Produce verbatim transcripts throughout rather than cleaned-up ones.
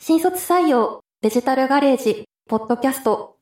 新卒採用デジタルガレージポッドキャスト。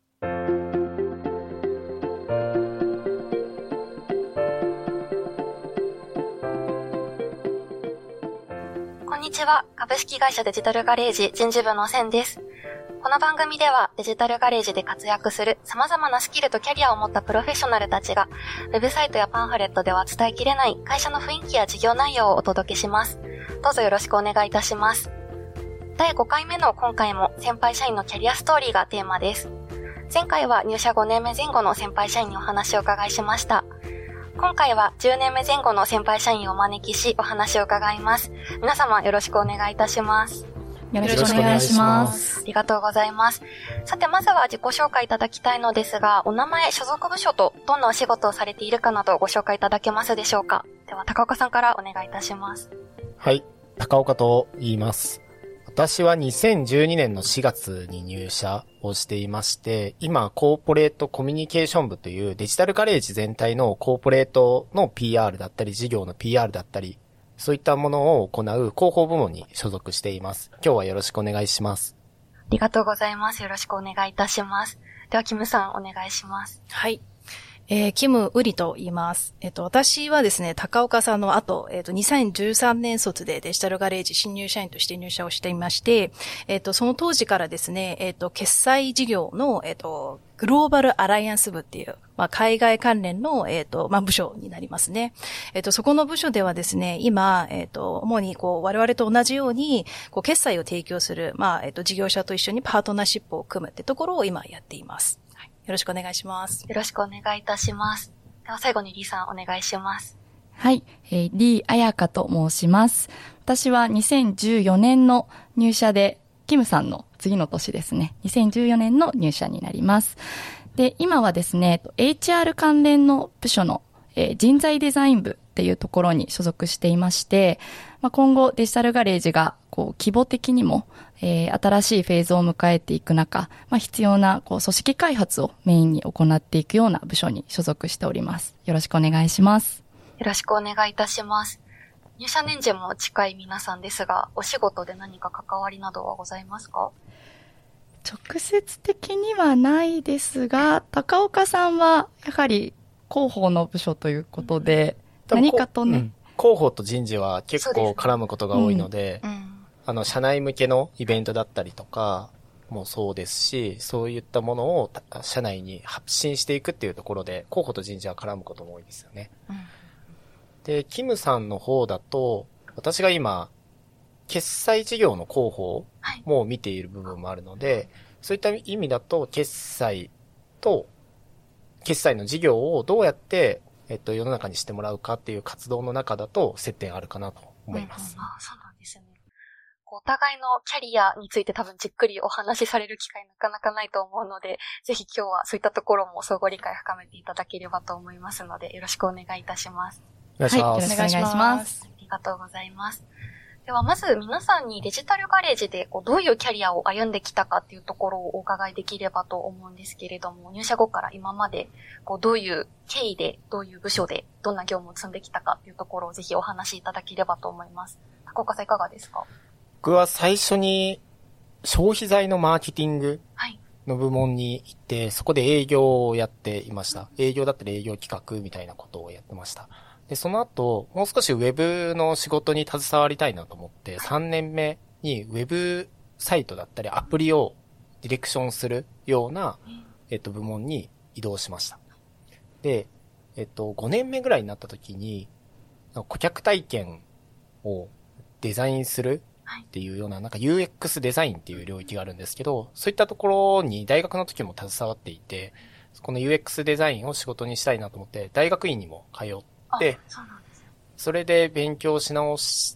こんにちは。株式会社デジタルガレージ人事部のせんです。この番組ではデジタルガレージで活躍する様々なスキルとキャリアを持ったプロフェッショナルたちがウェブサイトやパンフレットでは伝えきれない会社の雰囲気や事業内容をお届けします。どうぞよろしくお願いいたします。だいごかいめの今回も先輩社員のキャリアストーリーがテーマです。前回は入社ごねんめ前後の先輩社員にお話を伺いしました。今回はじゅうねんめ前後の先輩社員をお招きしお話を伺います。皆様よろしくお願いいたします。 よろしくお願いします。 ありがとうございます。さて、まずは自己紹介いただきたいのですが、お名前、所属部署とどんなお仕事をされているかなどご紹介いただけますでしょうか。では、高岡さんからお願いいたします。 はい、高岡と言います。私はにせんじゅうにねんのしがつに入社をしていまして、今、コーポレートコミュニケーション部というデジタルガレージ全体のコーポレートの ピーアール だったり、事業の ピーアール だったり、そういったものを行う広報部門に所属しています。今日はよろしくお願いします。 ありがとうございます。よろしくお願いいたします。では、キムさんお願いします。 はい。えー、キムウリと言います。えっと、私はですね、高岡さんの後、えっと、にせんじゅうさんねん卒でデジタルガレージ新入社員として入社をしていまして、えっと、その当時からですね、えっと、決済事業の、えっと、グローバルアライアンス部っていう、まあ、海外関連の、えっと、まあ、部署になりますね。えっと、そこの部署ではですね、今、えっと、主に、こう、我々と同じように、こう、決済を提供する、まあ、えっと、事業者と一緒にパートナーシップを組むってところを今やっています。よろしくお願いします。 よろしくお願いいたします。では最後にリーさんお願いします。 はい、えー、リー彩香と申します。私はにせんじゅうよねんの入社で、キムさんの次の年ですね、にせんじゅうよねんの入社になります。で、今はですね、エイチアール 関連の部署の、えー、人材デザイン部っていうところに所属していまして、まあ、今後デジタルガレージがこう規模的にも、えー、新しいフェーズを迎えていく中、まあ、必要なこう組織開発をメインに行っていくような部署に所属しております。よろしくお願いします。 よろしくお願いいたします。入社年次も近い皆さんですが、お仕事で何か関わりなどはございますか？ 直接的にはないですが、高岡さんはやはり広報の部署ということで、うん、何かとね、うん、 広報と人事は結構絡むことが多いので、うんうん、あの社内向けのイベントだったりとかもそうですし、そういったものを社内に発信していくっていうところで広報と人事は絡むことも多いですよね。うん、で、キムさんの方だと、私が今決済事業の広報も見ている部分もあるので、はい、そういった意味だと決済と決済の事業をどうやってえっと世の中にしてもらうかっていう活動の中だと接点あるかなと思います。 うんうん、あ、そうなんですね。お互いのキャリアについて多分じっくりお話しされる機会なかなかないと思うので、ぜひ今日はそういったところも相互理解を深めていただければと思いますので、よろしくお願いいたします。 お願いします。 はい、よろしくお願いします。 ありがとうございます。ではまず皆さんにデジタルガレージでこうどういうキャリアを歩んできたかっていうところをお伺いできればと思うんですけれども、入社後から今までこうどういう経緯で、どういう部署でどんな業務を積んできたかっていうところをぜひお話しいただければと思います。高岡さんいかがですか？ 僕は最初に消費財のマーケティングの部門に行って、はい、そこで営業をやっていました。営業だったり営業企画みたいなことをやってました。で、その後、もう少しウェブの仕事に携わりたいなと思って、さんねんめにウェブサイトだったりアプリをディレクションするような、えっと、部門に移動しました。で、えっと、ごねんめぐらいになった時に、顧客体験をデザインするっていうような、なんか ユーエックス デザインっていう領域があるんですけど、そういったところに大学の時も携わっていて、この ユーエックス デザインを仕事にしたいなと思って、大学院にも通って、で、そうなんですよ。それで勉強し直して、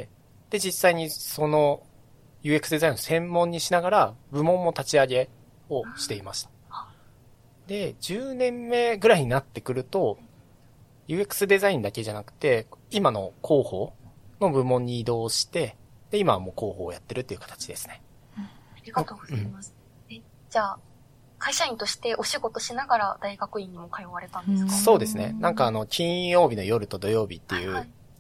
で、実際にその ユーエックス デザインを専門にしながら部門も立ち上げをしていました。で、じゅうねんめぐらいになってくると、ユーエックス デザインだけじゃなくて、今の広報の部門に移動して、で、今はもう広報をやってるっていう形ですね。 うん、ありがとうございます。うん、え、じゃあ、会社員としてお仕事しながら大学院にも通われたんですか？ そうですね。なんかあの、金曜日の夜と土曜日っていう、はいはい、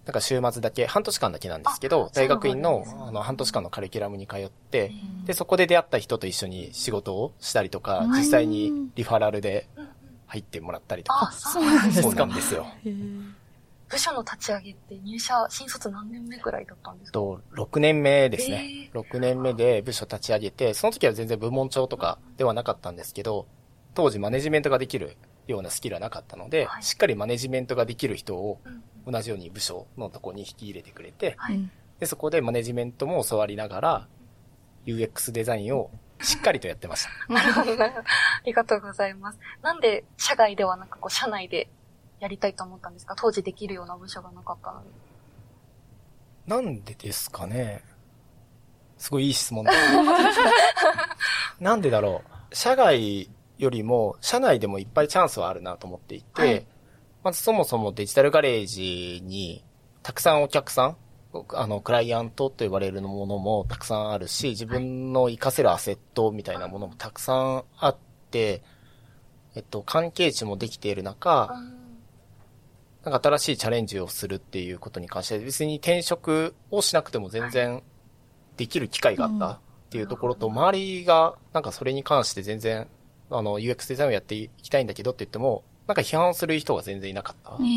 なんか週末だけ、半年間だけなんですけど、大学院のあの半年間のカリキュラムに通って、で、そこで出会った人と一緒に仕事をしたりとか、実際にリファラルで入ってもらったりとか。 あ、そうなんですか。 そうなんですよ。 部署の立ち上げって入社、新卒何年目くらいだったんですか？ と、ろくねんめですね。ろくねんめで部署立ち上げて、その時は全然部門長とかではなかったんですけど、当時マネジメントができるようなスキルはなかったので、はい、しっかりマネジメントができる人を同じように部署のところに引き入れてくれて、はい、でそこでマネジメントも教わりながら ユーエックス デザインをしっかりとやってました。 なるほど、なるほど。ありがとうございます。なんで社外ではなくこう社内でやりたいと思ったんですか？当時できるような部署がなかったのに。 なんでですかね。すごいいい質問だ。なんでだろう。社外よりも社内でもいっぱいチャンスはあるなと思っていて、はい、まずそもそもデジタルガレージにたくさんお客さん、あのクライアントと呼ばれるものもたくさんあるし、自分の活かせるアセットみたいなものもたくさんあって、えっと関係値もできている中、なんか新しいチャレンジをするっていうことに関して別に転職をしなくても全然できる機会があったっていうところと、周りがなんかそれに関して全然あの ユーエックス デザインをやっていきたいんだけどって言ってもなんか批判する人が全然いなかった、うんうん、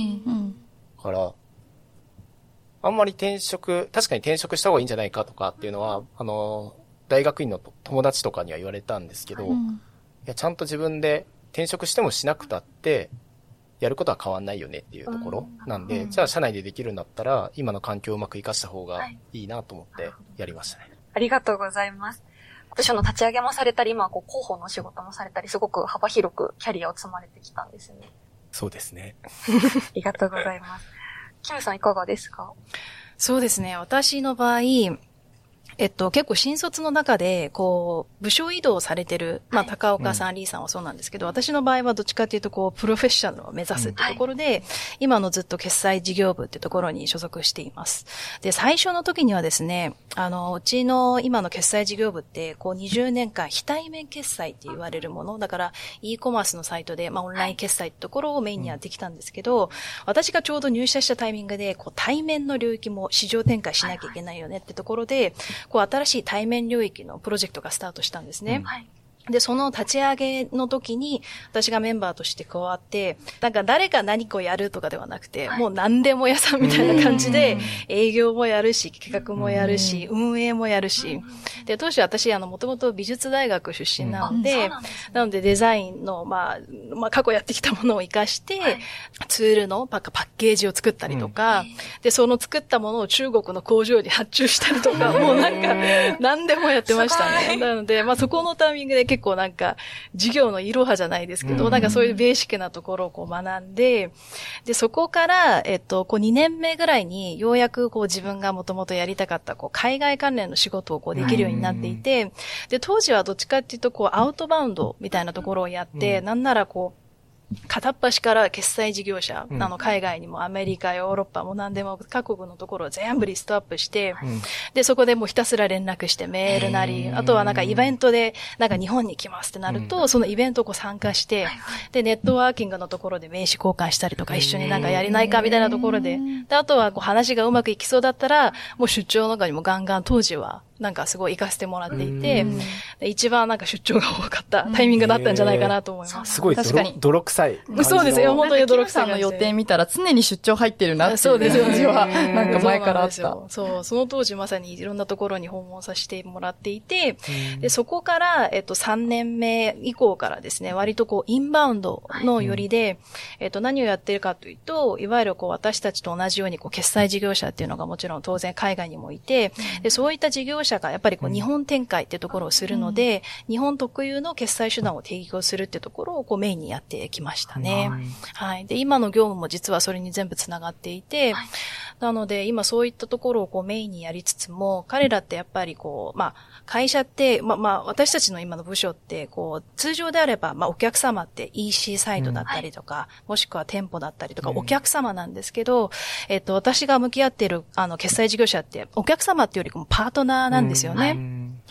からあんまり転職確かに転職した方がいいんじゃないかとかっていうのはあの大学院の友達とかには言われたんですけど、うん、いやちゃんと自分で転職してもしなくたってやることは変わんないよねっていうところなんで、うん、じゃあ社内でできるんだったら今の環境をうまく活かした方がいいなと思ってやりましたね、はい、 ありがとうございます。部署の立ち上げもされたり、今はこう広報の仕事もされたり、すごく幅広くキャリアを積まれてきたんですね。 そうですね。 ありがとうございます。キムさんいかがですか？ そうですね。私の場合、えっと、結構新卒の中で、こう、部署移動されてる、まあ、高岡さん、はい、リーさんはそうなんですけど、私の場合はどっちかというと、こう、プロフェッショナルを目指すっていうところで、うんはい、今のずっと決済事業部っていうところに所属しています。で、最初の時にはですね、あの、うちの今の決済事業部って、こう、にじゅうねんかん非対面決済って言われるもの、だから、e コマースのサイトで、まあ、オンライン決済ってところをメインにやってきたんですけど、うん、私がちょうど入社したタイミングで、こう、対面の領域も市場展開しなきゃいけないよねってところで、こう、新しい対面面領域のプロジェクトがスタートしたんですね。うんはいで、その立ち上げの時に、私がメンバーとして加わって、なんか誰が何かをやるとかではなくて、はい、もう何でも屋さんみたいな感じで、営業もやるし、企画もやるし、運営もやるし、で、当時私、あの、もともと美術大学出身なので、な, でね、なのでデザインの、まあ、まあ、過去やってきたものを活かして、はい、ツールのパッケージを作ったりとか、うん、で、その作ったものを中国の工場に発注したりとか、もうなんか、何でもやってましたね。なので、まあ、そこのタイミングで結構なんか、授業のいろはじゃないですけど、うん、なんかそういうベーシックなところをこう学んで、で、そこから、えっと、こうにねんめぐらいに、ようやくこう自分がもともとやりたかった、こう海外関連の仕事をこうできるようになっていて、うん、で、当時はどっちかっていうと、こうアウトバウンドみたいなところをやって、うん、なんならこう、片っ端から決済事業者、うん、あの、海外にもアメリカ、ヨーロッパも何でも各国のところを全部リストアップして、うん、で、そこでもうひたすら連絡してメールなり、あとはなんかイベントで、なんか日本に来ますってなると、うん、そのイベントをこう参加して、で、ネットワーキングのところで名刺交換したりとか、一緒になんかやりないかみたいなところで、で、あとはこう話がうまくいきそうだったら、もう出張の中にもガンガン当時は、なんかすごい活かせてもらっていて、一番なんか出張が多かったタイミングだったんじゃないかなと思います。 すごい確かに泥臭い。 そうですよ、本当に泥臭いの予定見たら常に出張入ってるなっていう感じは、なんか前からあった。 そう、その当時まさにいろんなところに訪問させてもらっていて、で、そこから、えっと、さんねんめ以降からですね、割とこう、インバウンドのよりで、えっと、何をやってるかというと、いわゆるこう、私たちと同じようにこう、決済事業者っていうのがもちろん当然海外にもいて、で、そういった事業者社がやっぱりこう日本展開っていうところをするので、うん、日本特有の決済手段を提供するっていうところをこうメインにやってきましたね。はい。はい。で、今の業務も実はそれに全部つながっていて、はい、なので今そういったところをこうメインにやりつつも、彼らってやっぱりこう、まあ、会社って、まあまあ、私たちの今の部署って、こう、通常であれば、まあお客様って イーシー サイトだったりとか、うんはい、もしくは店舗だったりとか、お客様なんですけど、えっと、私が向き合っている、あの、決済事業者って、お客様っていうよりもパートナーなんですよね。うんはい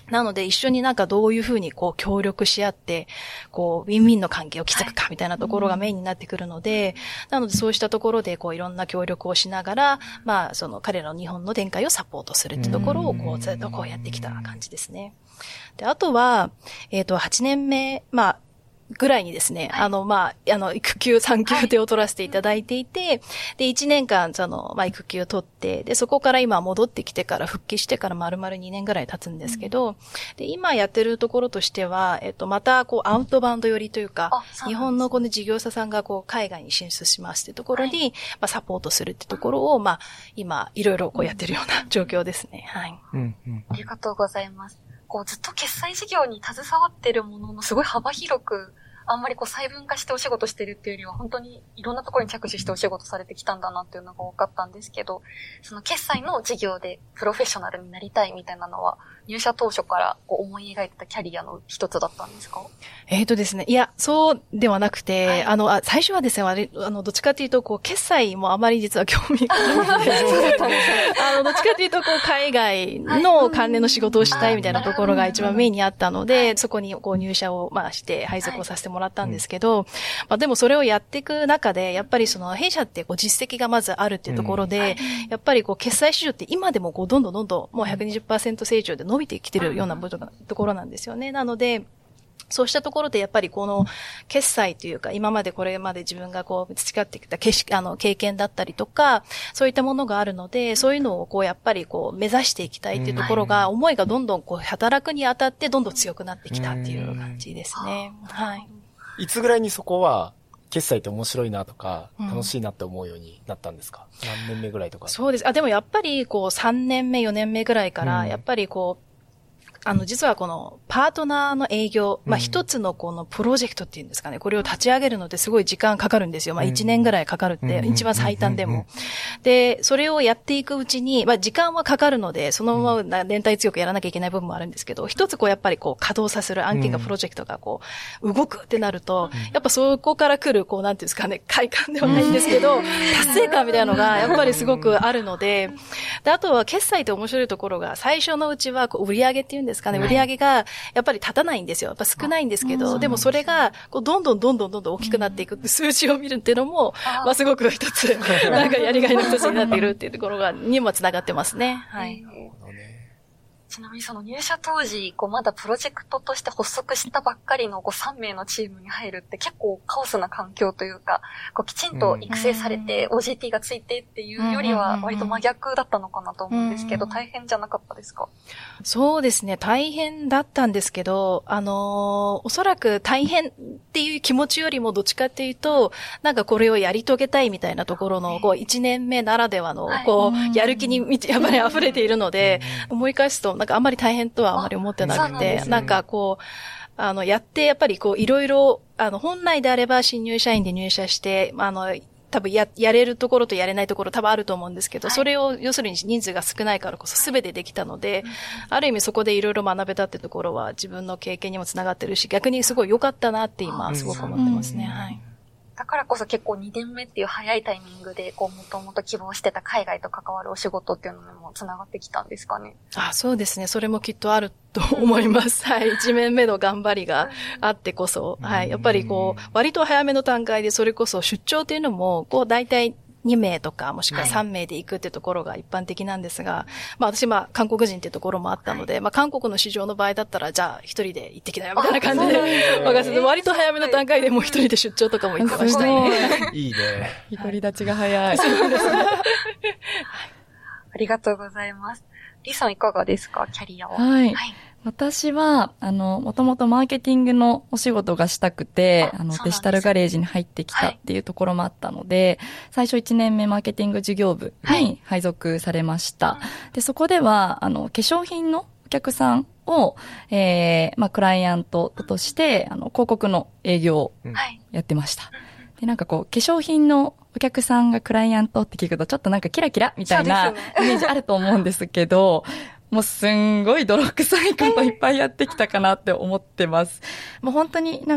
なので一緒になんかどういうふうにこう協力し合って、こうウィンウィンの関係を築くかみたいなところがメインになってくるので、なのでそうしたところでこういろんな協力をしながら、まあその彼らの日本の展開をサポートするってところをこうずっとこうやってきた感じですね。で、あとは、えっと、はちねんめ、まあ、ぐらいにですね、はい、あの、まあ、あの、育休、産休手を取らせていただいていて、はい、で、いちねんかん、その、まあ、育休取って、で、そこから今戻ってきてから、復帰してから丸々にねんぐらい経つんですけど、うん、で、今やってるところとしては、えっと、また、こう、アウトバウンド寄りというか、日本のこの事業者さんが、こう、海外に進出しますってところに、はい、まあ、サポートするってところを、まあ、今、いろいろこうやってるような状況ですね。はい。 うんうん、ありがとうございます。こうずっと決済事業に携わってるもののすごい幅広く、あんまりこう細分化してお仕事してるっていうよりは本当にいろんなところに着手してお仕事されてきたんだなっていうのが分かったんですけど、その決済の事業でプロフェッショナルになりたいみたいなのは入社当初からこう思い描いてたキャリアの一つだったんですか？ えーとですね、いや、そうではなくて、はい、あの、あ最初はですね、あれ、あの、どっちかというと、こう、決済もあまり実は興味がなくて、あの、どっちかというと、こう、海外の関連の仕事をしたいみたいなところが一番メインにあったので、はい、そこにこう入社を、まあ、して配属をさせてもらったんですけど、はい、まあ、でもそれをやっていく中で、やっぱりその、弊社ってこう、実績がまずあるっていうところで、うんはい、やっぱりこう、決済市場って今でもこう、どんどんどんどん、もう ひゃくにじゅっパーセント 成長で伸びてきてるようなところなんですよね。なので、そうしたところでやっぱりこの決済というか今までこれまで自分がこう培ってきた景色、あの経験だったりとかそういったものがあるのでそういうのをこうやっぱりこう目指していきたいっていうところが思いがどんどんこう働くにあたってどんどん強くなってきたっていう感じですね。はい。 いつぐらいにそこは決済って面白いなとか、楽しいなって思うようになったんですか？うん、何年目ぐらいとか。 そうです。あ、でもやっぱりこうさんねんめ、よねんめぐらいから、やっぱりこう、あの、実はこのパートナーの営業、まあ、一つのこのプロジェクトっていうんですかね、これを立ち上げるのですごい時間かかるんですよ。まあ、一年ぐらいかかるって、一番最短でも。で、それをやっていくうちに、まあ、時間はかかるので、そのまま連帯強くやらなきゃいけない部分もあるんですけど、一つこうやっぱりこう稼働させる案件がプロジェクトがこう、動くってなると、やっぱそこから来る、こう、なんていうんですかね、快感ではないんですけど、達成感みたいなのがやっぱりすごくあるので、で、あとは決済って面白いところが、最初のうちはこう売上っていうんですかね、売上がやっぱり立たないんですよ。やっぱ少ないんですけど、でもそれがこうどんどんどんどんどんどん大きくなっていく数字を見るっていうのも、まあすごく一つなんかやりがいの一つになっているっていうところがにもつながってますね。はい。 ちなみにその入社当時、こうまだプロジェクトとして発足したばっかりのこうさんめいのチームに入るって結構カオスな環境というか、こうきちんと育成されて オージーティー がついてっていうよりは割と真逆だったのかなと思うんですけど、大変じゃなかったですか？ そうですね、大変だったんですけど、あのー、おそらく大変っていう気持ちよりもどっちかっていうと、なんかこれをやり遂げたいみたいなところの、こういちねんめならではの、こう、やる気にやっぱり溢れているので、思い返すと、なんかあんまり大変とはあまり思ってなくて、な, なんかこう、あの、やってやっぱりこう、いろいろ、あの、本来であれば新入社員で入社して、あの、多分や、やれるところとやれないところ多分あると思うんですけど、はい、それを、要するに人数が少ないからこそ全てできたので、ある意味そこでいろいろ学べたってところは自分の経験にもつながってるし、逆にすごい良かったなって今すごく思ってますね。はい。 だからこそ結構にねんめっていう早いタイミングで、こう、もともと希望してた海外と関わるお仕事っていうのにもつながってきたんですかね。 あ、そうですね。それもきっとあると思います。はい。いちねんめの頑張りがあってこそ、はい。やっぱりこう、割と早めの段階でそれこそ出張っていうのも、こう、大体、にめいとかもしくはさんめいで行くってところが一般的なんですが、はい、まあ私まあ韓国人ってところもあったので、はい、まあ韓国の市場の場合だったらじゃあ一人で行ってきなよみたいな感じで任せて、割と早めの段階でもう一人で出張とかも行ってましたね。 いいね。 独り立ちが早い。 そうですね。ありがとうございます。リさんいかがですか、キャリアは。 はい。はい、私は、あの、もともとマーケティングのお仕事がしたくて、あ, あの、デジタルガレージに入ってきたっていうところもあったので、はい、最初いちねんめマーケティング事業部に配属されました。はい、で、そこでは、あの、化粧品のお客さんを、えー、まあ、クライアントとして、あの、広告の営業をやってました。はい、で、なんかこう、化粧品のお客さんがクライアントって聞くとちょっとなんかキラキラみたいなイメージあると思うんですけど、もうすんごい泥臭いこといっぱいやってきたかなって思ってます。もう本当になんか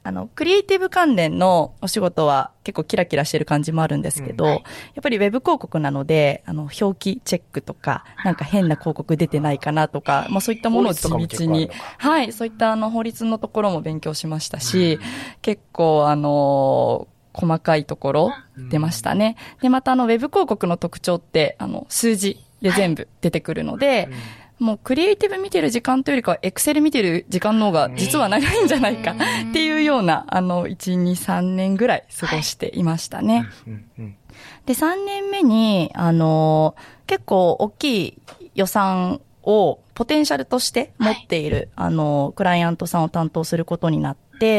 あの、クリエイティブ関連のお仕事は結構キラキラしてる感じもあるんですけど、うんはい、やっぱりウェブ広告なので、あの、表記チェックとか、なんか変な広告出てないかなとか、まあそういったものを地道に、はい、そういったあの、法律のところも勉強しましたし、うん、結構あの、細かいところ出ましたね。で、またあの、ウェブ広告の特徴って、あの、数字で全部出てくるので、はいうんもうクリエイティブ見てる時間というよりかはエクセル見てる時間の方が実は長いんじゃないかっていうようなあのいち、に、さんねんぐらい過ごしていましたね。で、さんねんめにあの結構大きい予算をポテンシャルとして持っているあのクライアントさんを担当することになって、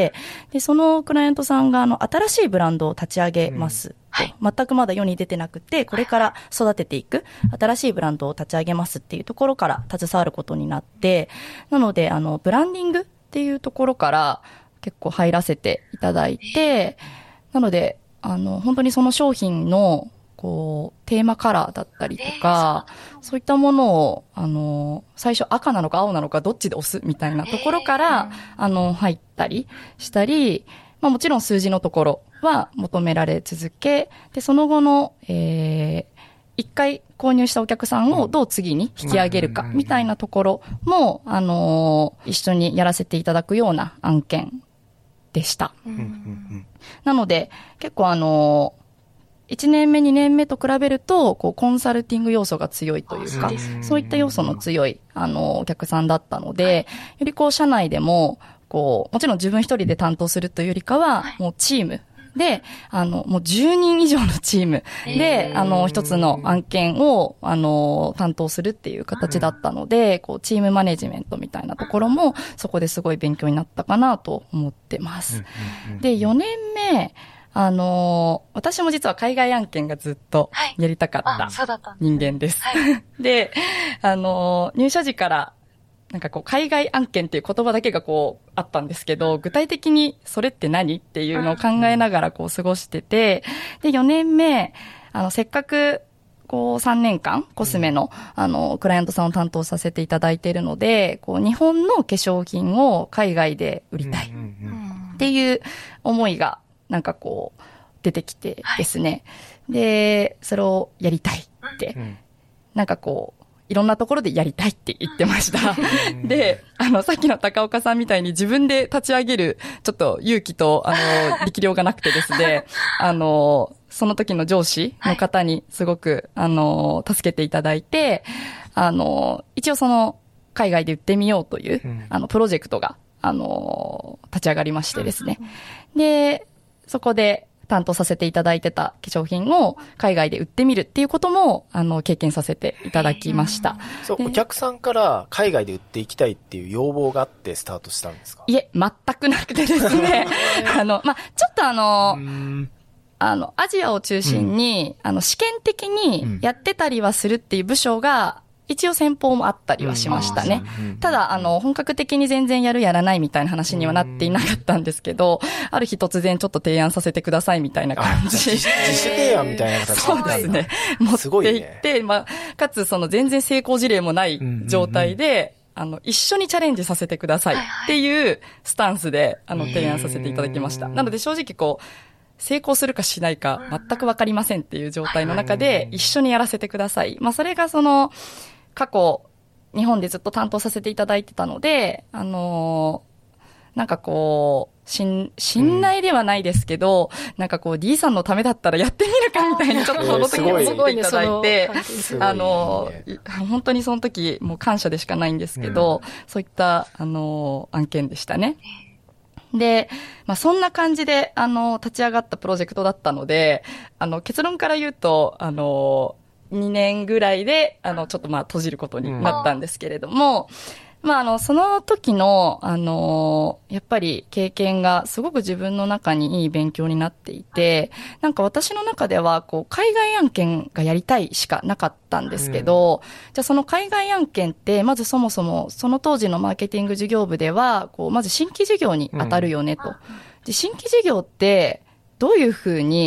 で、そのクライアントさんがあの新しいブランドを立ち上げます。はい、全くまだ世に出てなくて、これから育てていく、新しいブランドを立ち上げますっていうところから携わることになって、なので、あの、ブランディングっていうところから結構入らせていただいて、なので、あの、本当にその商品の、こう、テーマカラーだったりとか、そういったものを、あの、最初赤なのか青なのかどっちで押すみたいなところから、あの、入ったりしたり、まあもちろん数字のところは求められ続け、で、その後の、えー、一回購入したお客さんをどう次に引き上げるか、みたいなところも、あのー、一緒にやらせていただくような案件でした。なので、結構あのー、いちねんめ、にねんめと比べると、こう、コンサルティング要素が強いというか、そういった要素の強い、あのー、お客さんだったので、よりこう、社内でも、こう、もちろん自分一人で担当するというよりかは、もうチームで、あの、もうじゅうにん以上のチームで、あの、一つの案件を、あの、担当するっていう形だったので、こう、チームマネジメントみたいなところも、そこですごい勉強になったかなと思ってます。で、よねんめ、あの、私も実は海外案件がずっとやりたかった人間です。で、あの、入社時から、なんかこう、海外案件っていう言葉だけがこう、あったんですけど、具体的にそれって何っていうのを考えながらこう、過ごしてて、で、よねんめ、あの、せっかく、こう、さんねんかん、コスメの、あの、クライアントさんを担当させていただいているので、こう、日本の化粧品を海外で売りたいっていう思いが、なんかこう、出てきてですね。で、それをやりたいって、なんかこう、いろんなところでやりたいって言ってました。で、あの、さっきの高岡さんみたいに自分で立ち上げる、ちょっと勇気と、あの、力量がなくてですね、あの、その時の上司の方にすごく、あの、助けていただいて、あの、一応その、海外で売ってみようという、あの、プロジェクトが、あの、立ち上がりましてですね。で、そこで、担当させていただいてた化粧品を海外で売ってみるっていうことも、あの、経験させていただきました。 そう、お客さんから海外で売っていきたいっていう要望があってスタートしたんですか？ いえ、全くなくてですね。あの、まあ、ちょっとあの、あの、アジアを中心に、うん、あの、試験的にやってたりはするっていう部署が、一応先方もあったりはしましたね。うん、ただ、あの、本格的に全然やるやらないみたいな話にはなっていなかったんですけど、ある日突然ちょっと提案させてくださいみたいな感じ。 自主提案みたいな形そうですね。持っていって、ね、まあ、かつその全然成功事例もない状態で、あの、一緒にチャレンジさせてくださいっていうスタンスで、あの、提案させていただきました。なので正直こう、成功するかしないか全くわかりませんっていう状態の中で、一緒にやらせてください。まあ、それがその、過去、日本でずっと担当させていただいてたので、あのー、なんかこう、信、信頼ではないですけど、うん、なんかこう D さんのためだったらやってみるかみたいにちょっとその時に思っていただいて、あのー、本当にその時もう感謝でしかないんですけど、うん、そういった、あのー、案件でしたね。で、まあ、そんな感じで、あの、立ち上がったプロジェクトだったので、あの、結論から言うと、あの、にねんぐらいで、あの、ちょっとまあ閉じることになったんですけれども、うん、まああの、その時の、あの、やっぱり経験がすごく自分の中にいい勉強になっていて、なんか私の中では、こう、海外案件がやりたいしかなかったんですけど、うん、じゃあその海外案件って、まずそもそも、その当時のマーケティング事業部では、こう、まず新規事業に当たるよねと。うん、で、新規事業って、どういうふうに、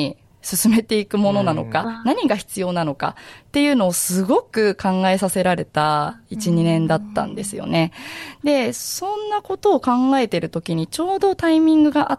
進めていくものなのか、何が必要なのかっていうのをすごく考えさせられたいち、にねんだったんですよね。で、そんなことを考えてる時にちょうどタイミングがあって、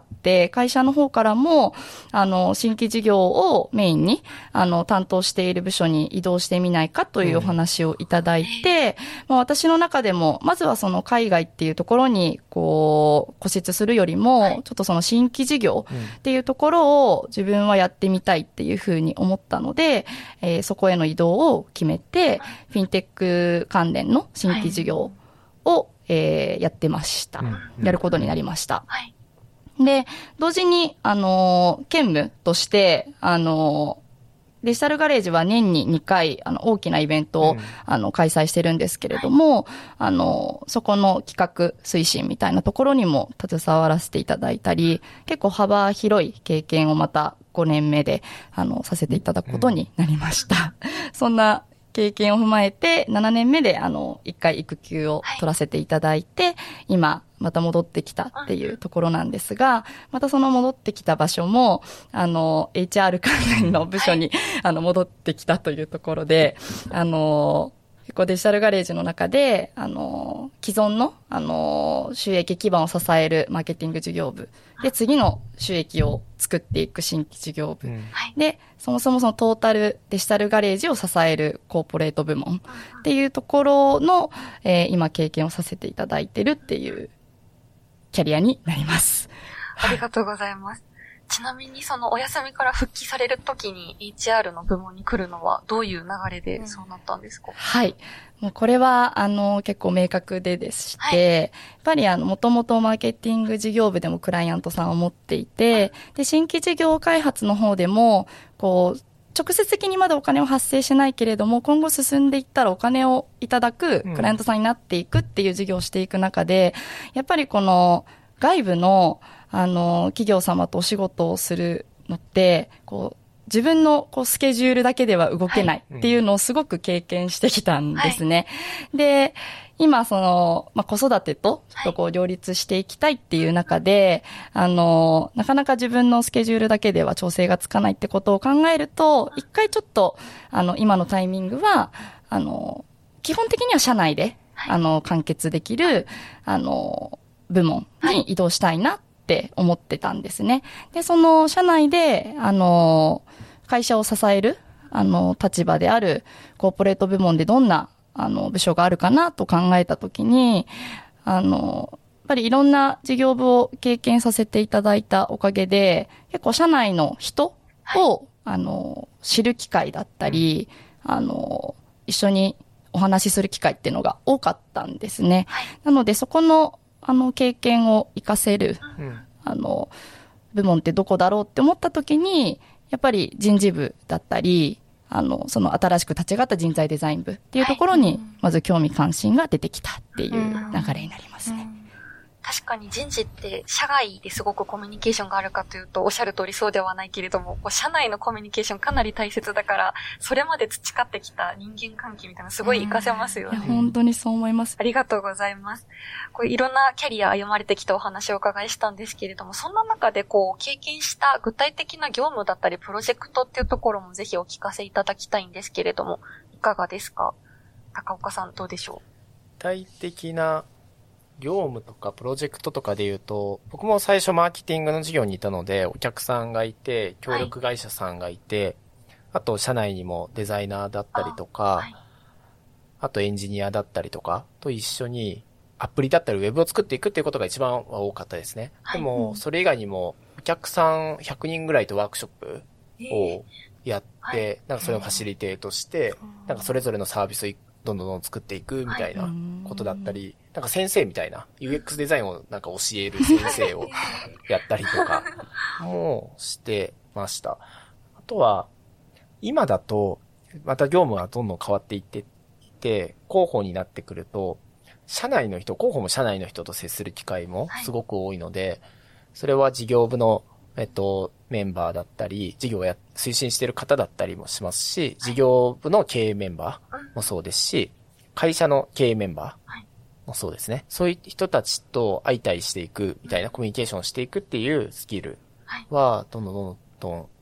会社の方からも、あの、新規事業をメインに、あの、担当している部署に移動してみないかというお話をいただいて、まあ、私の中でも、まずはその海外っていうところに、こう、固執するよりも、ちょっとその新規事業っていうところを自分はやってみたいっていうふうに思ったので、えー、そこへの移動を決めて、フィンテック関連の新規事業を、えー、やってました。やることになりました。はいで、同時に、あの、兼務として、あの、デジタルガレージは年ににかい、あの、大きなイベントを、うん、あの、開催してるんですけれども、はい、あの、そこの企画推進みたいなところにも携わらせていただいたり、結構幅広い経験をまたごねんめで、あの、させていただくことになりました。うん、そんな経験を踏まえて、ななねんめで、あの、いっかい育休を取らせていただいて、はい、今、また戻ってきたっていうところなんですが、またその戻ってきた場所も、あの、エイチアール 関連の部署に、はい、あの、戻ってきたというところで、あの、結構デジタルガレージの中で、あの、既存の、あの、収益基盤を支えるマーケティング事業部。で、次の収益を作っていく新規事業部。うん、で、そもそもそのトータルデジタルガレージを支えるコーポレート部門っていうところの、えー、今経験をさせていただいてるっていうキャリアになります。 ありがとうございます。ちなみにそのお休みから復帰されるときに エイチアール の部門に来るのはどういう流れでそうなったんですか？うん、 はい。もうこれは、あの、結構明確ででして、はい、やっぱりあの、もともとマーケティング事業部でもクライアントさんを持っていて、で、新規事業開発の方でも、こう、直接的にまだお金を発生しないけれども、今後進んでいったらお金をいただくクライアントさんになっていくっていう事業をしていく中で、やっぱりこの外部の、あの、企業様とお仕事をするのって、こう、自分のこうスケジュールだけでは動けないっていうのをすごく経験してきたんですね。はい、で、今その、まあ、子育てとちょっとこう両立していきたいっていう中で、はい、あの、なかなか自分のスケジュールだけでは調整がつかないってことを考えると、一回ちょっと、あの、今のタイミングは、あの、基本的には社内で、はい、あの、完結できる、あの、部門に移動したいなって思ってたんですね。で、その社内で、あの、会社を支える、あの、立場であるコーポレート部門でどんな、あの、部署があるかなと考えたときに、あの、やっぱりいろんな事業部を経験させていただいたおかげで、結構社内の人を、はい、あの、知る機会だったり、あの、一緒にお話しする機会っていうのが多かったんですね。はい、なので、そこの、あの、経験を活かせる、うん、あの、部門ってどこだろうって思ったときに、やっぱり人事部だったり、あの、その新しく立ち上がった人材デザイン部っていうところに、まず興味関心が出てきたっていう流れになりますね。 うんうん、確かに人事って社外ですごくコミュニケーションがあるかというとおっしゃる通りそうではないけれども、こう社内のコミュニケーションかなり大切だから、それまで培ってきた人間関係みたいなのすごい活かせますよね。 うん、本当にそう思います。 ありがとうございます。こういろんなキャリア歩まれてきたお話をお伺いしたんですけれども、そんな中でこう経験した具体的な業務だったりプロジェクトっていうところもぜひお聞かせいただきたいんですけれども、いかがですか？高岡さんどうでしょう？ 具体的な業務とかプロジェクトとかで言うと、僕も最初マーケティングの事業にいたので、お客さんがいて、協力会社さんがいて、はい、あと社内にもデザイナーだったりとか、あ,、はい、あとエンジニアだったりとかと一緒にアプリだったりウェブを作っていくっていうことが一番多かったですね。はい、でも、それ以外にもお客さんひゃくにんぐらいとワークショップをやって、えーはい、なんかそれをファシリテートして、なんかそれぞれのサービスをどんどんどん作っていくみたいなことだったり、はい、なんか先生みたいな ユーエックス デザインをなんか教える先生をやったりとかもしてました。あとは今だとまた業務はどんどん変わっていっていて、広報になってくると社内の人、広報も社内の人と接する機会もすごく多いので、はい、それは事業部のえっと、メンバーだったり、事業をや、推進している方だったりもしますし、事業部の経営メンバーもそうですし、会社の経営メンバーもそうですね。そういう人たちと相対していくみたいなコミュニケーションをしていくっていうスキルは、どんどんどんどん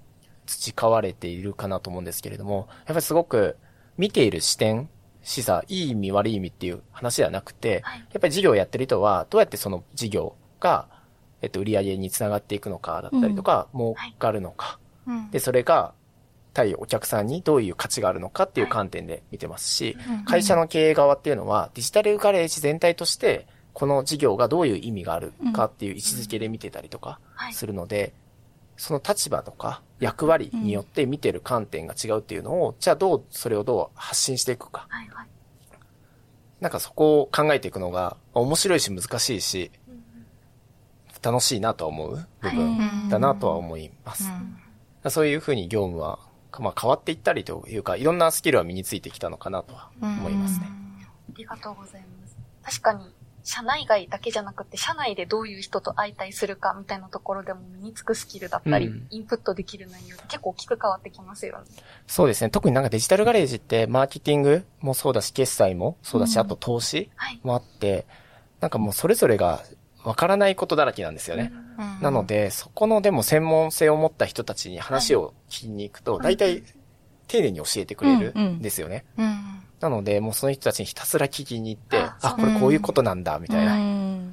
培われているかなと思うんですけれども、やっぱりすごく見ている視点、視座、いい意味悪い意味っていう話ではなくて、はい、やっぱり事業をやってる人はどうやってその事業が、えっと、売り上げにつながっていくのかだったりとか、うん、儲かるのか、はい、で、それが対お客さんにどういう価値があるのかっていう観点で見てますし、はい、会社の経営側っていうのはデジタルガレージ全体としてこの事業がどういう意味があるかっていう位置づけで見てたりとかするので、その立場とか役割によって見てる観点が違うっていうのを、じゃあどう、それをどう発信していくか。はいはい、なんかそこを考えていくのが面白いし難しいし、楽しいなとは思う部分だなとは思います。そういうふうに業務は、まあ、変わっていったりというか、いろんなスキルは身についてきたのかなとは思いますね。 ありがとうございます。確かに、社内外だけじゃなくて、社内でどういう人と相対するかみたいなところでも身につくスキルだったり、うん、インプットできる内容って結構大きく変わってきますよね。 そうですね。特になんかデジタルガレージってマーケティングもそうだし、決済もそうだし、うん、あと投資もあって、はい、なんかもうそれぞれがわからないことだらけなんですよね。うん、なので、そこのでも専門性を持った人たちに話を聞きに行くと、大体丁寧に教えてくれるんですよね。うんうんうん、なので、もうその人たちにひたすら聞きに行って、あ、これこういうことなんだ、みたいな。うん、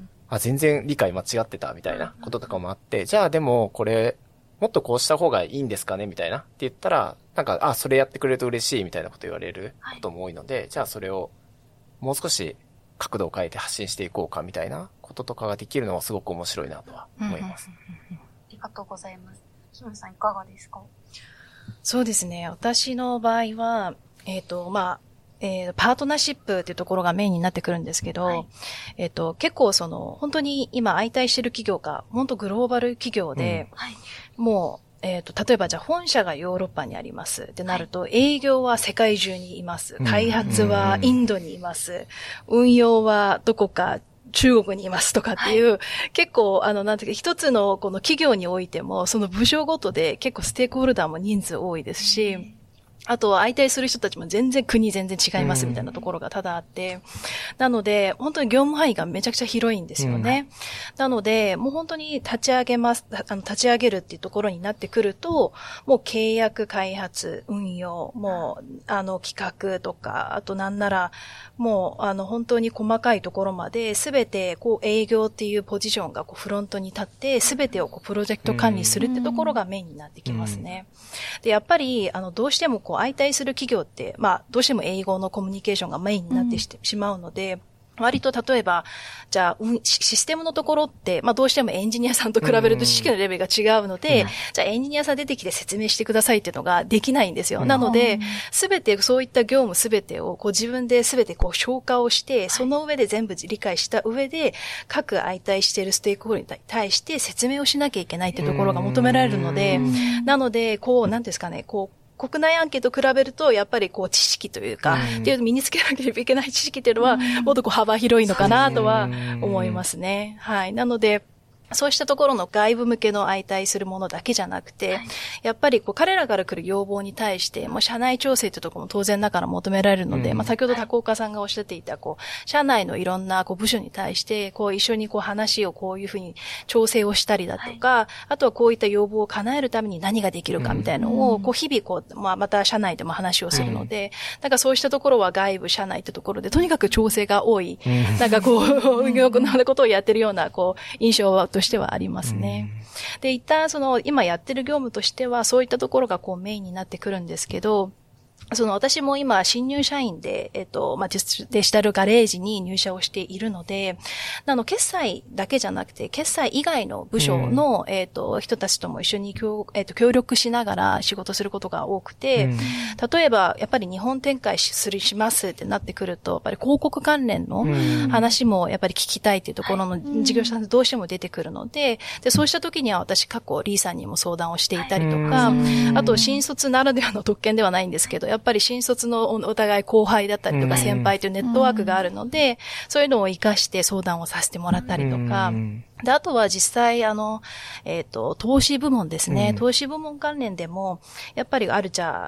あ、全然理解間違ってた、みたいなこととかもあって、じゃあでもこれ、もっとこうした方がいいんですかねみたいなって言ったら、なんか、あ、それやってくれると嬉しいみたいなこと言われることも多いので、はい、じゃあそれをもう少し角度を変えて発信していこうかみたいなこととかができるのはすごく面白いなとは思います。 ありがとうございます。キムさんいかがですか？ そうですね。私の場合は、えっと、まあ、えー、パートナーシップっていうところがメインになってくるんですけど、はい、えっと、結構その、本当に今相対してる企業が、本当グローバル企業で、うんはい、もう、えっと、例えばじゃあ本社がヨーロッパにありますってなると、はい、営業は世界中にいます。開発はインドにいます。うん、運用はどこか中国にいますとかっていう、はい、結構、あの、なんていうか、一つのこの企業においても、その部署ごとで結構ステークホルダーも人数多いですし、うんあとは相対する人たちも全然国全然違いますみたいなところが多々あって、うん、なので本当に業務範囲がめちゃくちゃ広いんですよね。うん、なのでもう本当に立ち上げます、あの立ち上げるっていうところになってくると、もう契約開発、運用、もうあの企画とか、あとなんならもうあの本当に細かいところまで全てこう営業っていうポジションがこうフロントに立って全てをこうプロジェクト管理するってところがメインになってきますね。うん、でやっぱりあのどうしてもこう相対する企業って、まあ、どうしても英語のコミュニケーションがメインになってしてしまうので、割と例えば、じゃあ、うん、システムのところって、まあどうしてもエンジニアさんと比べると知識のレベルが違うので、うん、じゃあエンジニアさん出てきて説明してくださいっていうのができないんですよ。うん、なので、すべてそういった業務すべてをこう自分ですべてこう消化をして、その上で全部理解した上で、各相対しているステークホルダーに対して説明をしなきゃいけないっていうところが求められるので、なので、こう、なんですかね、こう、国内案件と比べると、やっぱりこう知識というか、うん、っていう身につけなければいけない知識っていうのは、もっとこう幅広いのかなとは思いますね。はい。なので、そうしたところの外部向けの相対するものだけじゃなくて、はい、やっぱりこう彼らから来る要望に対して、もう社内調整というところも当然ながら求められるので、うん、まあ先ほど高岡さんがおっしゃっていた、こう、社内のいろんなこう部署に対して、こう一緒にこう話をこういうふうに調整をしたりだとか、はい、あとはこういった要望を叶えるために何ができるかみたいなのを、こう日々こう、まあまた社内でも話をするので、うん、なんかそうしたところは外部社内ってところで、とにかく調整が多い、うん、なんかこう、よくなことをやってるような、こう、印象としてはありますね。で、一旦その今やってる業務としてはそういったところがこうメインになってくるんですけど、その私も今新入社員で、えっと、まあ、デジタルガレージに入社をしているので、あの、決済だけじゃなくて、決済以外の部署の、うん、えっと、人たちとも一緒に協、えっと、協力しながら仕事することが多くて、うん、例えば、やっぱり日本展開する、しますってなってくると、やっぱり広告関連の話もやっぱり聞きたいっていうところの事業者さんどうしても出てくるので、で、そうした時には私過去リーさんにも相談をしていたりとか、うん、あと新卒ならではの特権ではないんですけど、やっぱり新卒のお互い後輩だったりとか先輩というネットワークがあるので、うん、そういうのを活かして相談をさせてもらったりとか、うん、で、あとは実際あの、えっと、投資部門ですね、うん、投資部門関連でも、やっぱりあるじゃあ、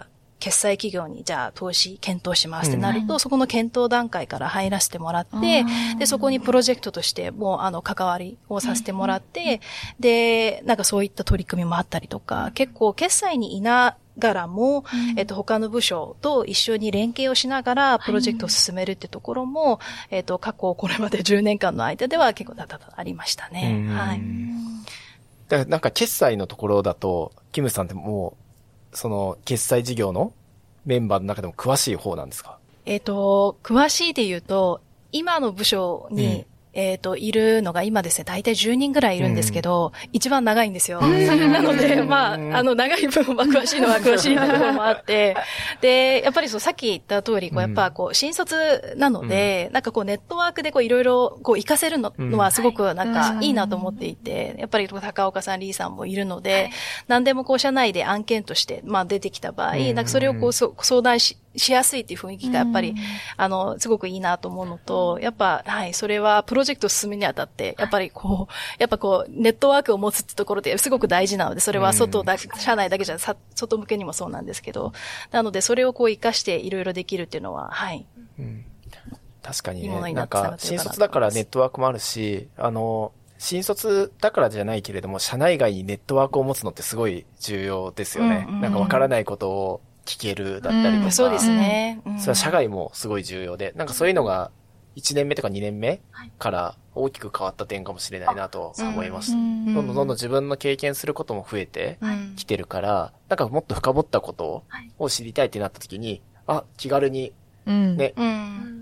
決済企業にじゃあ投資検討しますってなると、うん、そこの検討段階から入らせてもらって、で、そこにプロジェクトとしてもうあの関わりをさせてもらって、うん、で、なんかそういった取り組みもあったりとか、結構決済にいながらも、うん、えっと、他の部署と一緒に連携をしながらプロジェクトを進めるってところも、はい、えっと、過去これまでじゅうねんかんの間では結構だだだありましたね。はい。 だからなんか決済のところだと、キムさんってもう、その決済事業のメンバーの中でも詳しい方なんですか？ えっと、詳しいで言うと、今の部署に、うんえっと、いるのが今ですね、大体じゅうにんぐらいいるんですけど、うん、一番長いんですよ。なので、まあ、あの、長い分は詳しいのは詳しいところもあって、で、やっぱりそう、さっき言った通り、こう、やっぱこう、新卒なので、うん、なんかこう、ネットワークでこう、いろいろ、こう、活かせるのはすごくなんか、いいなと思っていて、やっぱり高岡さん、リーさんもいるので、何でもこう、社内で案件として、まあ、出てきた場合、なんかそれをこう、相談し、しやすいっていう雰囲気がやっぱり、うん、あの、すごくいいなと思うのと、やっぱ、はい、それはプロジェクトを進めにあたって、やっぱりこう、やっぱこう、ネットワークを持つってところですごく大事なので、それは外だ、うん、社内だけじゃなく外向けにもそうなんですけど、なのでそれをこう活かしていろいろできるっていうのは、はい。うん、 確かにね、なんか、新卒だからネットワークもあるし、あの、新卒だからじゃないけれども、社内外にネットワークを持つのってすごい重要ですよね。うんうん、なんかわからないことを、聞けるだったりとか、うん、 そうですね、 うん、それは社外もすごい重要で、なんかそういうのがいちねんめとかにねんめから大きく変わった点かもしれないなと思います。どんどんどんどん自分の経験することも増えてきてるから、なんかもっと深掘ったことを知りたいってなった時に、あ、気軽にね、うん、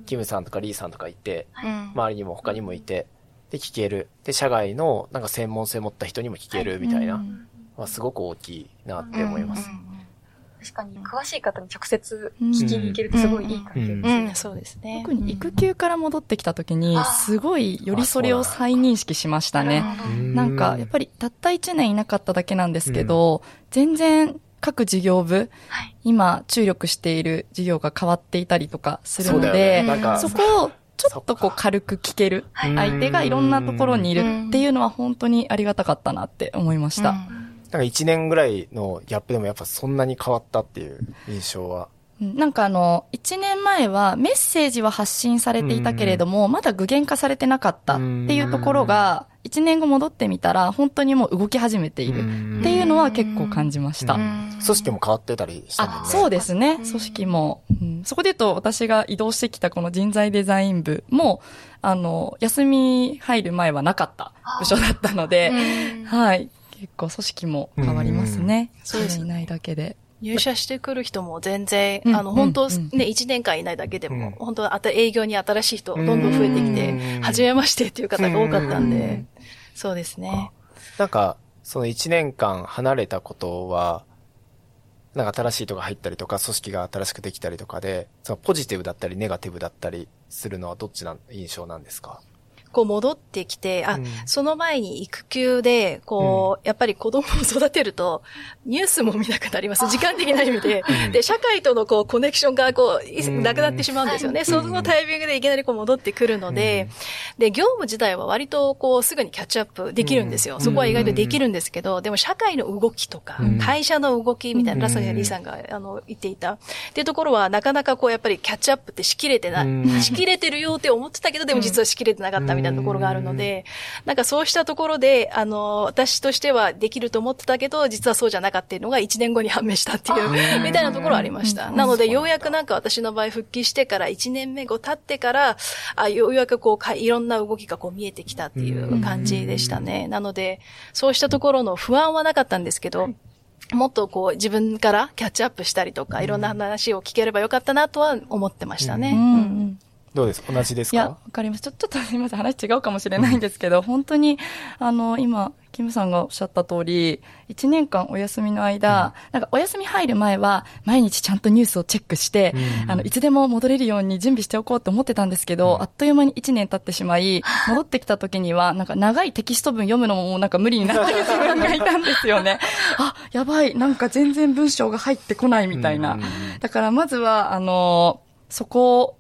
キムさんとかリーさんとかいて、うん、周りにも他にもいて、で聞ける。で、社外のなんか専門性持った人にも聞けるみたいな、はすごく大きいなって思います。うんうんうん確かに、詳しい方に直接聞きに行けるってすごいいい関係ですね、うんうんうん。 そうですね。 特に育休から戻ってきた時に、すごいよりそれを再認識しましたね。なんか、やっぱりたったいちねんいなかっただけなんですけど、うん、全然各事業部、はい、今注力している事業が変わっていたりとかするので、そ, そこをちょっとこう軽く聞ける相手がいろんなところにいるっていうのは本当にありがたかったなって思いました。うんなんか一年ぐらいのギャップでもやっぱそんなに変わったっていう印象は。 なんかあの、一年前はメッセージは発信されていたけれども、まだ具現化されてなかったっていうところが、一年後戻ってみたら本当にもう動き始めているっていうのは結構感じました。 組織も変わってたりしたもんね。 あ、そうですね。組織も。うん、そこで言うと私が移動してきたこの人材デザイン部も、あの、休み入る前はなかった部署だったので、はい。結構組織も変わりますね。そうですね。いないだけで。 入社してくる人も全然、うん、あの、本当、うん、ね、いちねんかんいないだけでも、うん、本当、あと営業に新しい人どんどん増えてきて、はじめましてっていう方が多かったんで、そうですね。 なんか、そのいちねんかん離れたことは、なんか新しい人が入ったりとか、組織が新しくできたりとかで、そのポジティブだったりネガティブだったりするのはどっちな印象なんですか？ こう戻ってきて、あ、うん、その前に育休で、こう、うん、やっぱり子供を育てると、ニュースも見なくなります。時間的な意味で。で、社会とのこう、コネクションがこう、なくなってしまうんですよね。うん、そのタイミングでいきなりこう戻ってくるので、うん、で、業務自体は割とこう、すぐにキャッチアップできるんですよ。うん、そこは意外とできるんですけど、でも社会の動きとか、うん、会社の動きみたいな、ラサリーさんが、あの、言っていた。っていうところは、なかなかこう、やっぱりキャッチアップってしきれてない。うん、しきれてるよって思ってたけど、でも実はしきれてなかったみたいなところがあるので、で、なんかそうしたところで、あの、私としてはできると思ってたけど、実はそうじゃなかったっていうのがいちねんごに判明したっていう、みたいなところありました。なので、ようやくなんか私の場合復帰してからいちねんめ後経ってから、あ、ようやくこう、いろんな動きがこう見えてきたっていう感じでしたね。なので、そうしたところの不安はなかったんですけど、もっとこう自分からキャッチアップしたりとか、いろんな話を聞ければよかったなとは思ってましたね。うんうんどうですか？同じですか？ いや、わかります。ちょ、ちょっとすみません。話違うかもしれないんですけど、うん、本当に、あの、今、キムさんがおっしゃった通り、いちねんかんお休みの間、うん、なんかお休み入る前は、毎日ちゃんとニュースをチェックして、うん、あの、いつでも戻れるように準備しておこうと思ってたんですけど、うん、あっという間にいちねん経ってしまい、戻ってきた時には、なんか長いテキスト文読むのももうなんか無理になってる自分がいたんですよね。あ、やばい、なんか全然文章が入ってこないみたいな。うん、だからまずは、あの、そこを、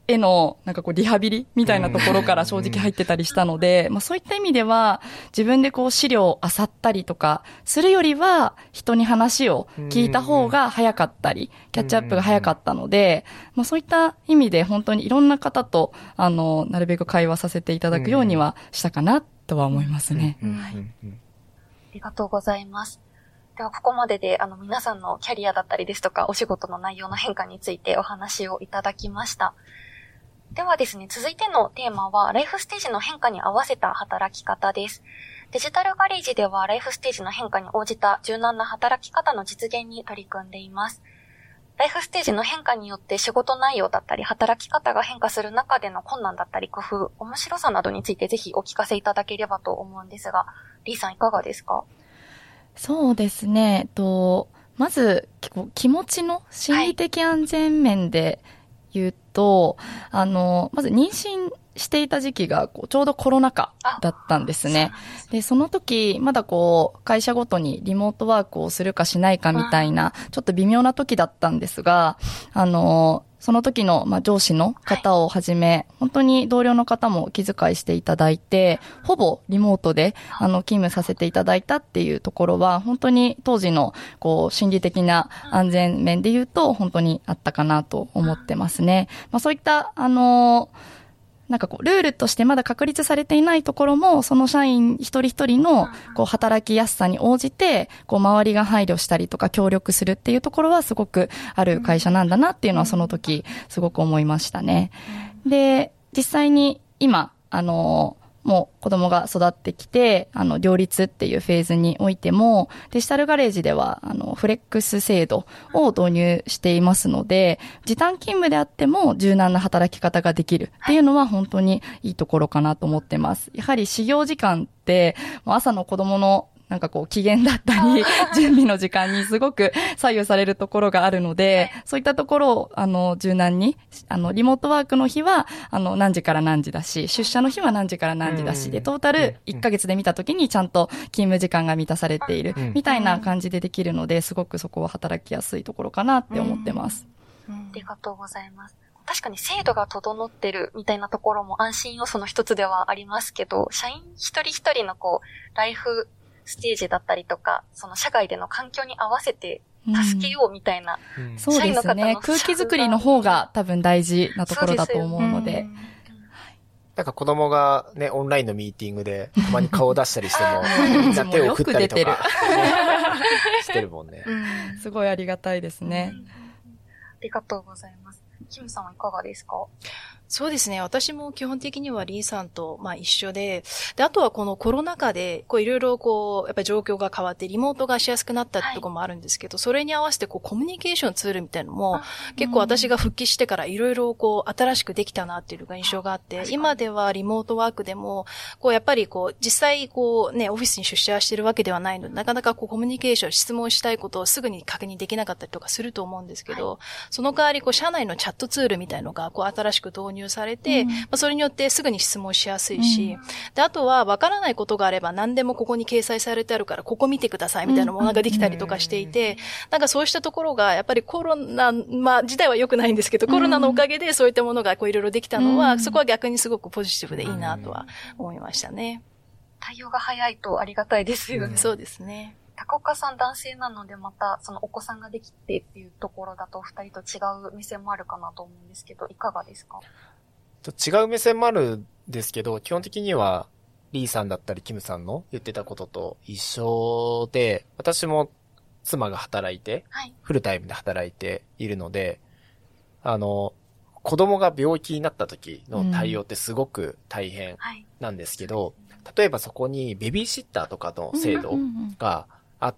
への、なんかこう、リハビリみたいなところから正直入ってたりしたので、まあそういった意味では、自分でこう、資料を漁ったりとか、するよりは、人に話を聞いた方が早かったり、キャッチアップが早かったので、まあそういった意味で本当にいろんな方と、あの、なるべく会話させていただくようにはしたかな、とは思いますね。 はい。ありがとうございます。では、ここまでで、あの、皆さんのキャリアだったりですとか、お仕事の内容の変化についてお話をいただきました。ではですね、続いてのテーマは、ライフステージの変化に合わせた働き方です。デジタルガレージでは、ライフステージの変化に応じた柔軟な働き方の実現に取り組んでいます。ライフステージの変化によって仕事内容だったり、働き方が変化する中での困難だったり、工夫、面白さなどについてぜひお聞かせいただければと思うんですが、リーさんいかがですか？ そうですね。えっと、まず、気持ちの心理的安全面で言うと、はい、あの、まず妊娠していた時期がこうちょうどコロナ禍だったんですね。で、その時、まだこう、会社ごとにリモートワークをするかしないかみたいな、ちょっと微妙な時だったんですが、あの、その時の、まあ、上司の方をはじめ、はい、本当に同僚の方もお気遣いしていただいて、ほぼリモートで、あの、勤務させていただいたっていうところは、本当に当時の、こう、心理的な安全面で言うと、本当にあったかなと思ってますね。まあ、そういった、あの、なんかこう、ルールとしてまだ確立されていないところも、その社員一人一人の、こう、働きやすさに応じて、こう、周りが配慮したりとか協力するっていうところはすごくある会社なんだなっていうのはその時、すごく思いましたね。で、実際に今、あの、もう子供が育ってきて、あの、両立っていうフェーズにおいても、デジタルガレージでは、あの、フレックス制度を導入していますので、時短勤務であっても柔軟な働き方ができるっていうのは本当にいいところかなと思ってます。やはり始業時間って、もう朝の子供のなんかこう機嫌だったり、準備の時間にすごく左右されるところがあるので、そういったところを、あの、柔軟に、あの、リモートワークの日は、あの、何時から何時だし、出社の日は何時から何時だし、で、トータルいっかげつで見たときにちゃんと勤務時間が満たされている、みたいな感じでできるので、すごくそこは働きやすいところかなって思ってます。 ありがとうございます。確かに制度が整ってるみたいなところも安心要素の一つではありますけど、社員一人一人のこう、ライフ、ステージだったりとか、その社外での環境に合わせて助けようみたいな、 うん、そうですね。空気作りの方が多分大事なところだと思うので。 なんか子供がね、オンラインのミーティングでたまに顔を出したりしても、みんな手を振ったりとかしてるもんね、 うん。すごいありがたいですね。 ありがとうございます。キムさんはいかがですか？ そうですね。私も基本的にはリーさんと、まあ一緒で、で、あとはこのコロナ禍で、こういろいろこう、やっぱり状況が変わって、リモートがしやすくなったってところもあるんですけど、はい、それに合わせてこう、コミュニケーションツールみたいなのも、結構私が復帰してからいろいろこう、新しくできたなっていうのが印象があって、今ではリモートワークでも、こう、やっぱりこう、実際こう、ね、オフィスに出社してるわけではないので、なかなかこう、コミュニケーション、質問したいことをすぐに確認できなかったりとかすると思うんですけど、はい、その代わりこう、社内のチャットツールみたいのが、こう、新しく導入されて、うんまあ、それによってすぐに質問しやすいし、うん、で、あとは分からないことがあれば何でもここに掲載されてあるからここ見てくださいみたいなものができたりとかしていて、うん、なんかそうしたところがやっぱりコロナ、まあ自体は良くないんですけど、コロナのおかげでそういったものがこういろいろできたのは、うん、そこは逆にすごくポジティブでいいなとは思いましたね。 対応が早いとありがたいですよね。 うん、そうですね。 高岡さん男性なのでまたそのお子さんができてっていうところだと二人と違う目線もあるかなと思うんですけど、いかがですか？ 違う目線もあるんですけど、基本的にはリーさんだったりキムさんの言ってたことと一緒で、私も妻が働いて、はい、フルタイムで働いているので、あの、子供が病気になった時の対応ってすごく大変なんですけど、うんはい、例えばそこにベビーシッターとかの制度があって、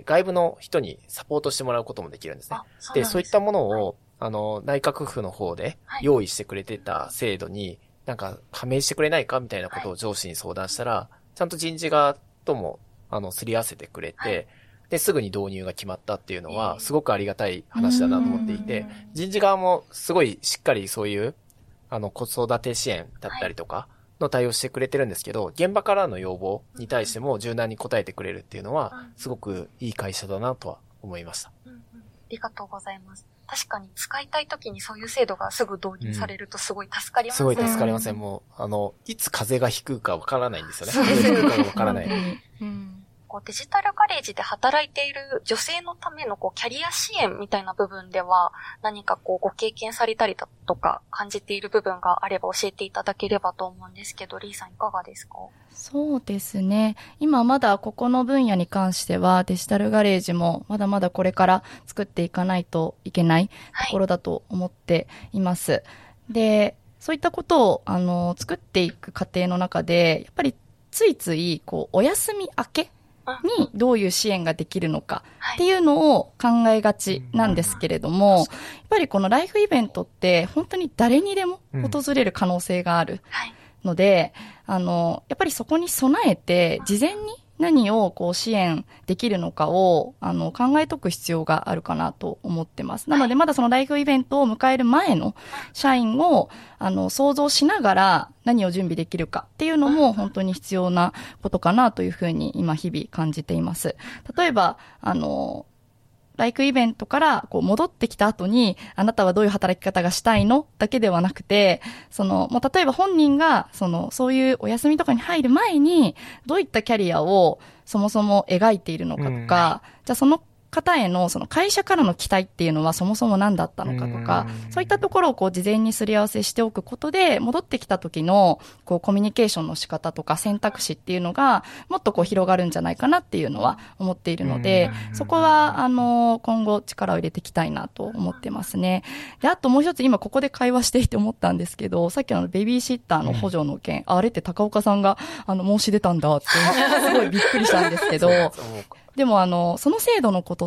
外部の人にサポートしてもらうこともできるんですね。そうで、そういったものを、はいあの、内閣府の方で用意してくれてた制度に、なんか加盟してくれないかみたいなことを上司に相談したら、ちゃんと人事側とも、あの、すり合わせてくれて、で、すぐに導入が決まったっていうのは、すごくありがたい話だなと思っていて、人事側もすごいしっかりそういう、あの、子育て支援だったりとか、の対応してくれてるんですけど、現場からの要望に対しても柔軟に応えてくれるっていうのは、すごくいい会社だなとは思いました。 ありがとうございます。確かに使いたいときにそういう制度がすぐ導入されるとすごい助かりますね。 うん、すごい助かりますね。もう、あの、いつ風が引くかわからないんですよね。 そうです風が引くかわからない。 うん、こうデジタルガレージで働いている女性のためのこうキャリア支援みたいな部分では何かこうご経験されたりだとか感じている部分があれば教えていただければと思うんですけど、リーさんいかがですか？ そうですね。今まだここの分野に関してはデジタルガレージもまだまだこれから作っていかないといけないところだと思っています。はい、で、そういったことをあの作っていく過程の中でやっぱりついついこうお休み明けにどういう支援ができるのかっていうのを考えがちなんですけれども、やっぱりこのライフイベントって本当に誰にでも訪れる可能性があるので、あの、やっぱりそこに備えて事前に何をこう支援できるのかをあの考えとく必要があるかなと思ってます。なのでまだそのライフイベントを迎える前の社員をあの想像しながら何を準備できるかっていうのも本当に必要なことかなというふうに今日々感じています。例えばあのライフイベントからこう戻ってきた後に、あなたはどういう働き方がしたいのだけではなくて、その、もう例えば本人が、その、そういうお休みとかに入る前に、どういったキャリアをそもそも描いているのかとか、うん、じゃあその方へのその会社からの期待っていうのはそもそも何だったのかとか、うん、そういったところをこう事前にすり合わせしておくことで、戻ってきた時のこうコミュニケーションの仕方とか選択肢っていうのがもっとこう広がるんじゃないかなっていうのは思っているので、うん、そこはあの今後力を入れていきたいなと思ってますね。で、あともう一つ今ここで会話していて思ったんですけど、さっきのベビーシッターの補助の件、うん、あれって高岡さんがあの申し出たんだってすごいびっくりしたんですけどでもあの、その制度のことって、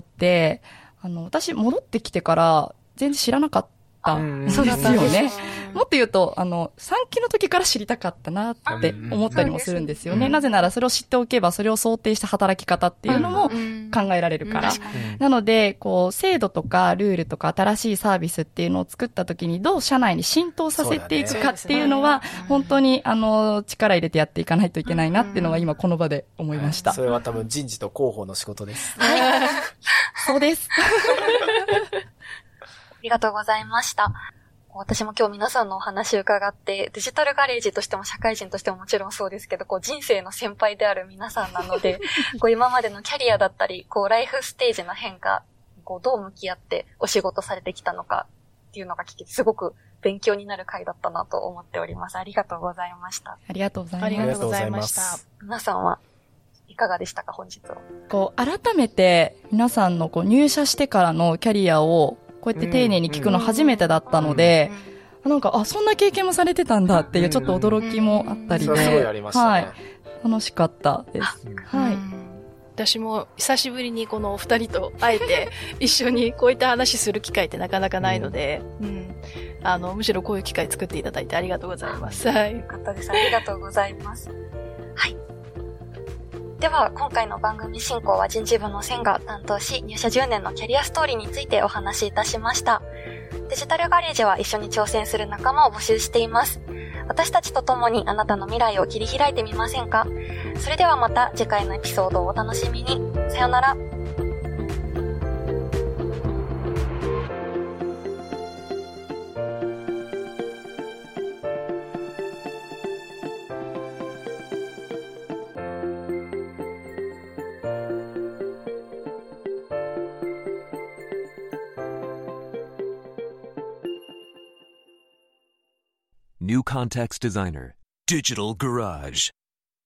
あの、私戻ってきてから全然知らなかったんですよね。もっと言うと、あの、産期の時から知りたかったなって思ったりもするんですよね。なぜならそれを知っておけば、それを想定した働き方っていうのも考えられるから。なので、こう、制度とかルールとか新しいサービスっていうのを作った時にどう社内に浸透させていくかっていうのは、本当に、あの、力入れてやっていかないといけないなっていうのは今この場で思いました。 それは多分人事と広報の仕事です。 はい。そうです。 ありがとうございました。私も今日皆さんのお話を伺って、デジタルガレージとしても社会人としてももちろんそうですけど、こう人生の先輩である皆さんなので、こう今までのキャリアだったり、こうライフステージの変化、こうどう向き合ってお仕事されてきたのかっていうのが聞けて、すごく勉強になる回だったなと思っております。ありがとうございました。 ありがとうございます。 ありがとうございました。 皆さんはいかがでしたか、本日は。 こう改めて皆さんのこう入社してからのキャリアをこうやって丁寧に聞くの初めてだったので、うん、なんか、あ、そんな経験もされてたんだっていうちょっと驚きもあったりで、うん、 すごいありましたね。はい。 楽しかったです。はい。 私も久しぶりにこのお二人と会えて、一緒にこういった話する機会ってなかなかないので、うん、うん。あの、むしろこういう機会作っていただいてありがとうございます。はい。 よかったです。ありがとうございます。はい。では、今回の番組進行は人事部の千が担当し、入社じゅうねんのキャリアストーリーについてお話しいたしました。デジタルガレージは一緒に挑戦する仲間を募集しています。私たちと共にあなたの未来を切り開いてみませんか？それではまた次回のエピソードをお楽しみに。さよなら。 New Context Designer, Digital Garage.